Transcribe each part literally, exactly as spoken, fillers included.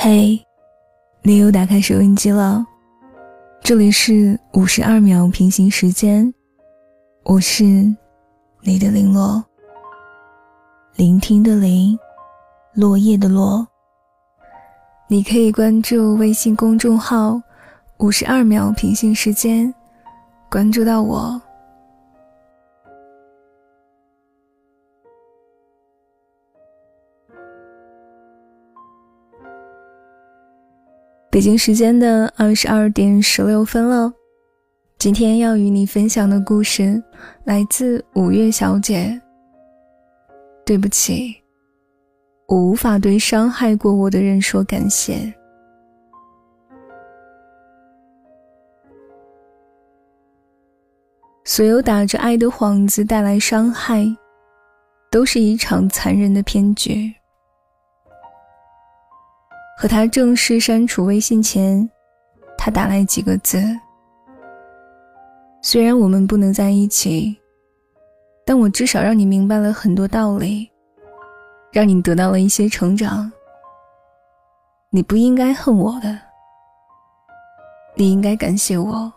嘿，你又打开收音机了，这里是五十二秒平行时间，我是你的林落，聆听的林，落叶的落。你可以关注微信公众号五十二秒平行时间，关注到我。北京时间的二十二点十六分了，今天要与你分享的故事来自五月小姐。对不起，我无法对伤害过我的人说感谢。所有打着爱的幌子带来伤害，都是一场残忍的骗局。和他正式删除微信前，他打来几个字：虽然我们不能在一起，但我至少让你明白了很多道理，让你得到了一些成长。你不应该恨我的，你应该感谢我。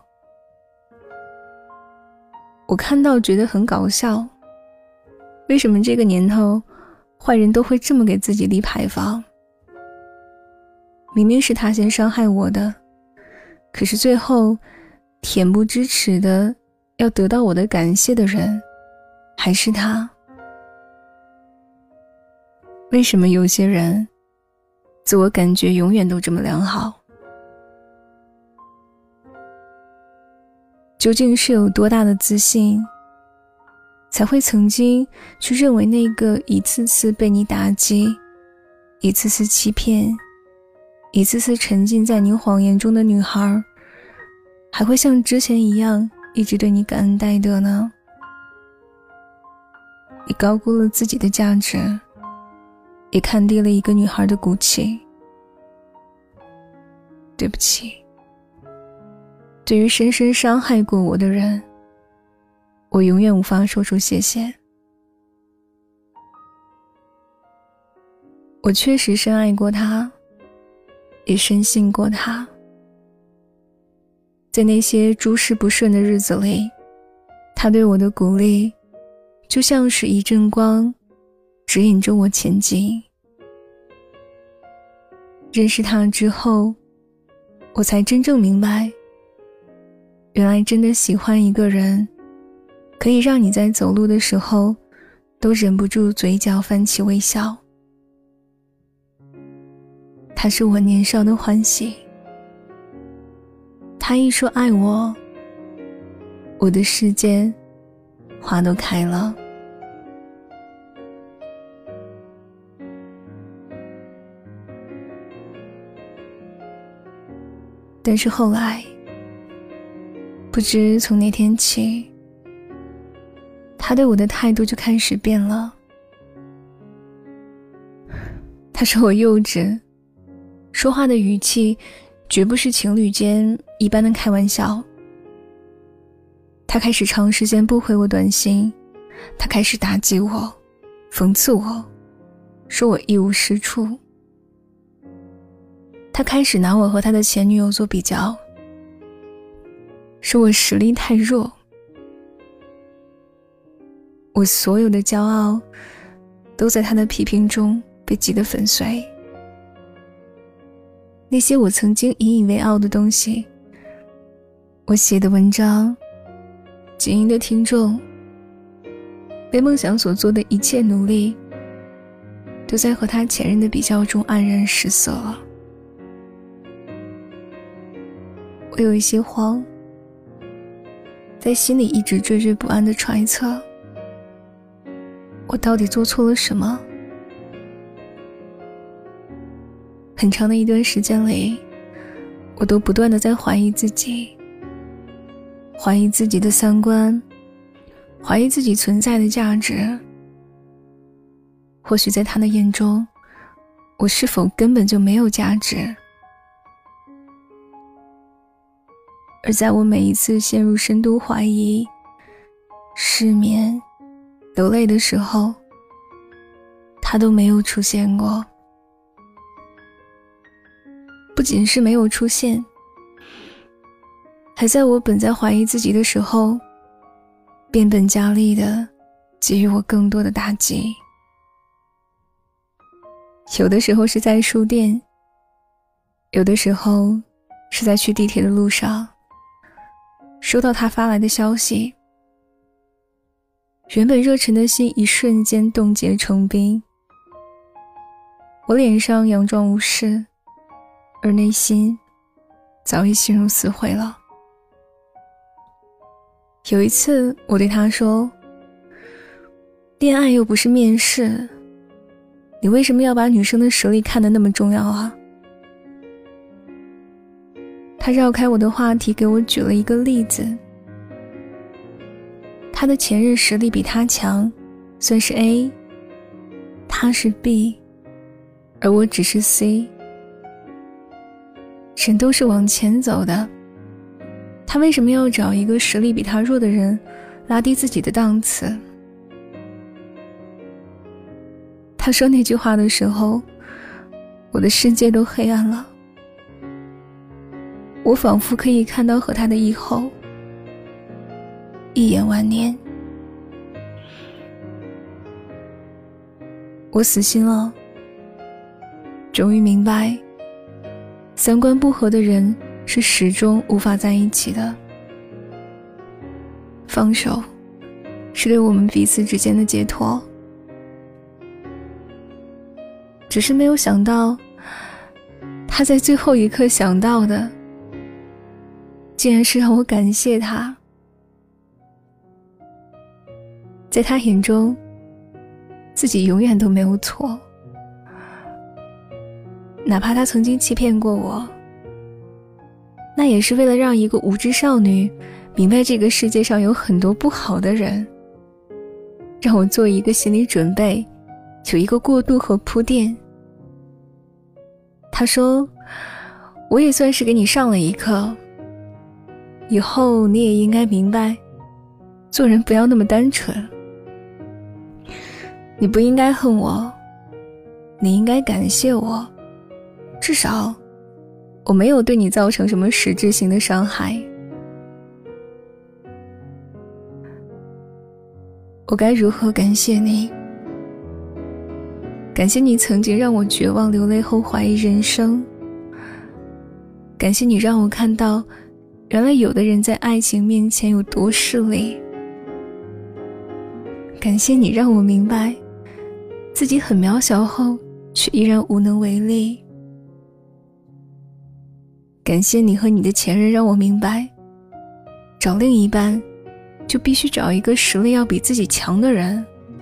我看到觉得很搞笑，为什么这个年头坏人都会这么给自己立牌坊？明明是他先伤害我的，可是最后恬不知耻的要得到我的感谢的人还是他。为什么有些人自我感觉永远都这么良好？究竟是有多大的自信，才会曾经去认为那个一次次被你打击，一次次欺骗，一次次沉浸在你谎言中的女孩，还会像之前一样一直对你感恩戴德呢？你高估了自己的价值，也看低了一个女孩的骨气。对不起，对于深深伤害过我的人，我永远无法说出谢谢。我确实深爱过他，也深信过他。在那些诸事不顺的日子里，他对我的鼓励就像是一阵光，指引着我前进。认识他之后，我才真正明白，原来真的喜欢一个人，可以让你在走路的时候都忍不住嘴角泛起微笑。他是我年少的欢喜，他一说爱我，我的世界花都开了。但是后来，不知从那天起，他对我的态度就开始变了。他说我幼稚，说话的语气绝不是情侣间一般的开玩笑。他开始长时间不回我短信，他开始打击我，讽刺我，说我一无是处。他开始拿我和他的前女友做比较，说我实力太弱。我所有的骄傲都在他的批评中被击得粉碎。那些我曾经引以为傲的东西，我写的文章，经营的听众，为梦想所做的一切努力，都在和他前任的比较中黯然失色了。我有一些慌，在心里一直惴惴不安地揣测，我到底做错了什么？很长的一段时间里，我都不断地在怀疑自己，怀疑自己的三观，怀疑自己存在的价值。或许在他的眼中，我是否根本就没有价值？而在我每一次陷入深度怀疑、失眠、流泪的时候，他都没有出现过。 不仅是没有出现，还在我本在怀疑自己的时候，变本加厉地给予我更多的打击。有的时候是在书店，有的时候是在去地铁的路上，收到他发来的消息，原本热忱的心一瞬间冻结成冰。我脸上佯装无事，而内心早已心如死灰了。有一次我对他说，恋爱又不是面试，你为什么要把女生的实力看得那么重要啊？他绕开我的话题，给我举了一个例子。他的前任实力比他强，算是 A， 他是 B， 而我只是 C。 人都是往前走的，他为什么要找一个实力比他弱的人拉低自己的档次？他说那句话的时候，我的世界都黑暗了。我仿佛可以看到和他的以后，一眼万年。我死心了，终于明白，三观不合的人是始终无法在一起的。放手是对我们彼此之间的解脱。只是没有想到，他在最后一刻想到的，竟然是让我感谢他。在他眼中，自己永远都没有错，哪怕他曾经欺骗过我，那也是为了让一个无知少女明白这个世界上有很多不好的人，让我做一个心理准备，有一个过渡和铺垫。他说，我也算是给你上了一课，以后你也应该明白，做人不要那么单纯。你不应该恨我，你应该感谢我，至少我没有对你造成什么实质性的伤害。我该如何感谢你？感谢你曾经让我绝望流泪后怀疑人生，感谢你让我看到原来有的人在爱情面前有多势利，感谢你让我明白自己很渺小后却依然无能为力，感谢你和你的前任让我明白，找另一半就必须找一个实力要比自己强的人。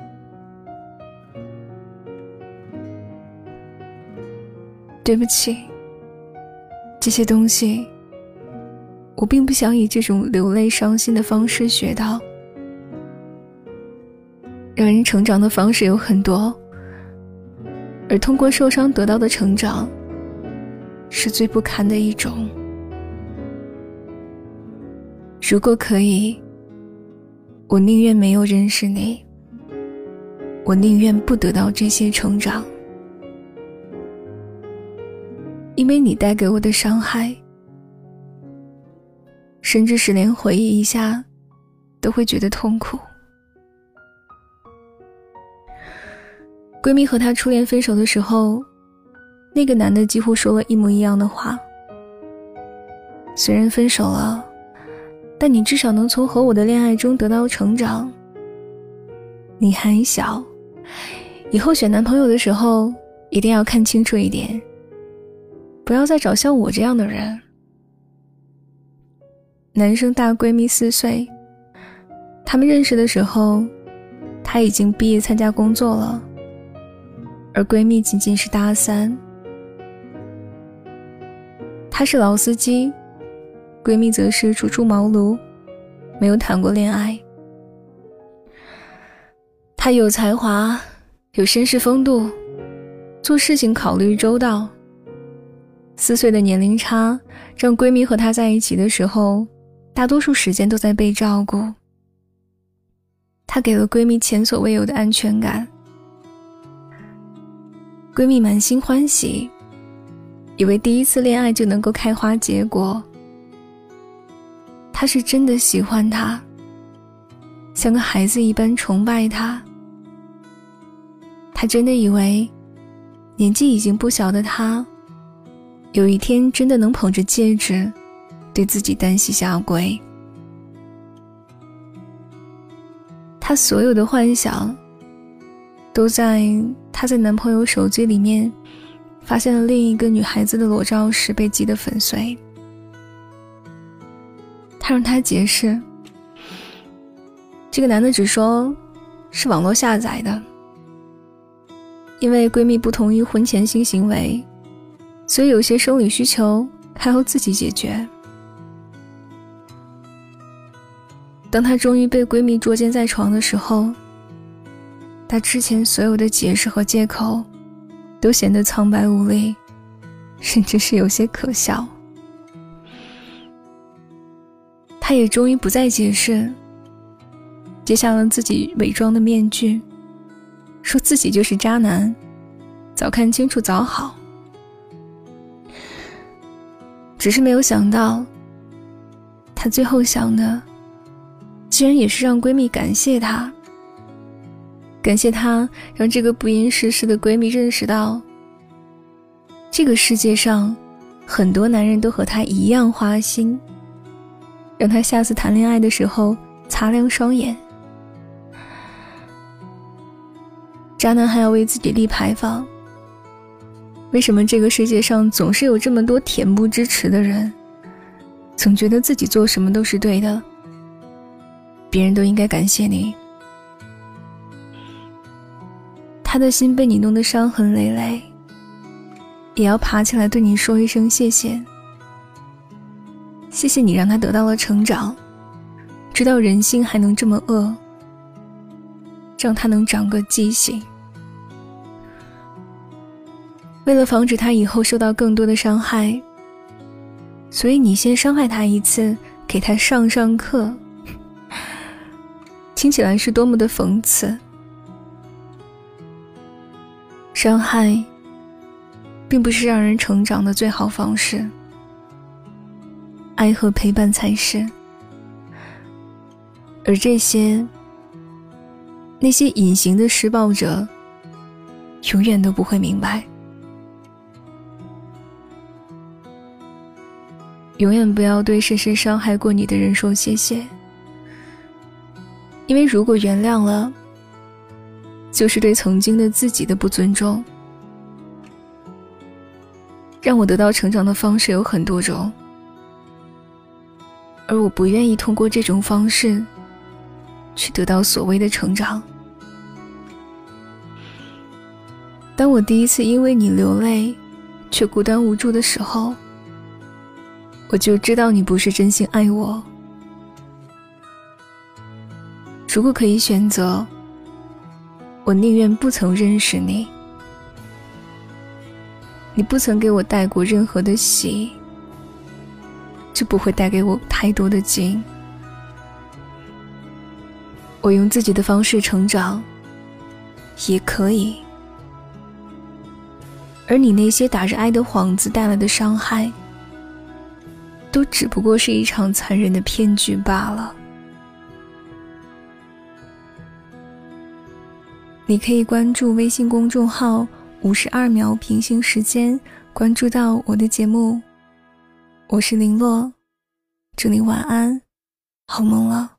对不起，这些东西我并不想以这种流泪伤心的方式学到。让人成长的方式有很多，而通过受伤得到的成长是最不堪的一种。如果可以，我宁愿没有认识你，我宁愿不得到这些成长，因为你带给我的伤害，甚至是连回忆一下都会觉得痛苦。闺蜜和她初恋分手的时候，那个男的几乎说了一模一样的话。虽然分手了，但你至少能从和我的恋爱中得到成长。你还小，以后选男朋友的时候一定要看清楚一点，不要再找像我这样的人。男生大闺蜜四岁，他们认识的时候，她已经毕业参加工作了，而闺蜜仅仅是大三。她是老司机，闺蜜则是初出茅庐，没有谈过恋爱。她有才华，有绅士风度，做事情考虑周到。四岁的年龄差让闺蜜和她在一起的时候，大多数时间都在被照顾。她给了闺蜜前所未有的安全感，闺蜜满心欢喜， 以为第一次恋爱就能够开花结果。他是真的喜欢他，像个孩子一般崇拜他。他真的以为年纪已经不小的他，有一天真的能捧着戒指对自己单膝下跪。他所有的幻想都在他在男朋友手机里面发现了另一个女孩子的裸照时被击得粉碎。他让他解释，这个男的只说是网络下载的，因为闺蜜不同意婚前性行为，所以有些生理需求还要自己解决。当她终于被闺蜜捉奸在床的时候，她之前所有的解释和借口都显得苍白无力，甚至是有些可笑。她也终于不再解释，揭下了自己伪装的面具，说自己就是渣男，早看清楚早好。只是没有想到，她最后想的居然也是让闺蜜感谢她，感谢她让这个不谙世事的闺蜜认识到，这个世界上很多男人都和她一样花心，让她下次谈恋爱的时候擦亮双眼。渣男还要为自己立牌坊，为什么这个世界上总是有这么多恬不知耻的人，总觉得自己做什么都是对的，别人都应该感谢你。他的心被你弄得伤痕累累，也要爬起来对你说一声谢谢。谢谢你让他得到了成长，知道人性还能这么恶，让他能长个记性。为了防止他以后受到更多的伤害，所以你先伤害他一次，给他上上课。听起来是多么的讽刺。伤害并不是让人成长的最好方式，爱和陪伴才是。而这些那些隐形的施暴者永远都不会明白。永远不要对深深伤害过你的人说谢谢，因为如果原谅了，就是对曾经的自己的不尊重。让我得到成长的方式有很多种，而我不愿意通过这种方式去得到所谓的成长。当我第一次因为你流泪却孤单无助的时候，我就知道你不是真心爱我。如果可以选择，我宁愿不曾认识你。你不曾给我带过任何的喜，就不会带给我太多的惊。我用自己的方式成长也可以，而你那些打着爱的幌子带来的伤害，都只不过是一场残忍的骗局罢了。你可以关注微信公众号五十二秒平行时间，关注到我的节目。我是林洛，祝你晚安，好梦了。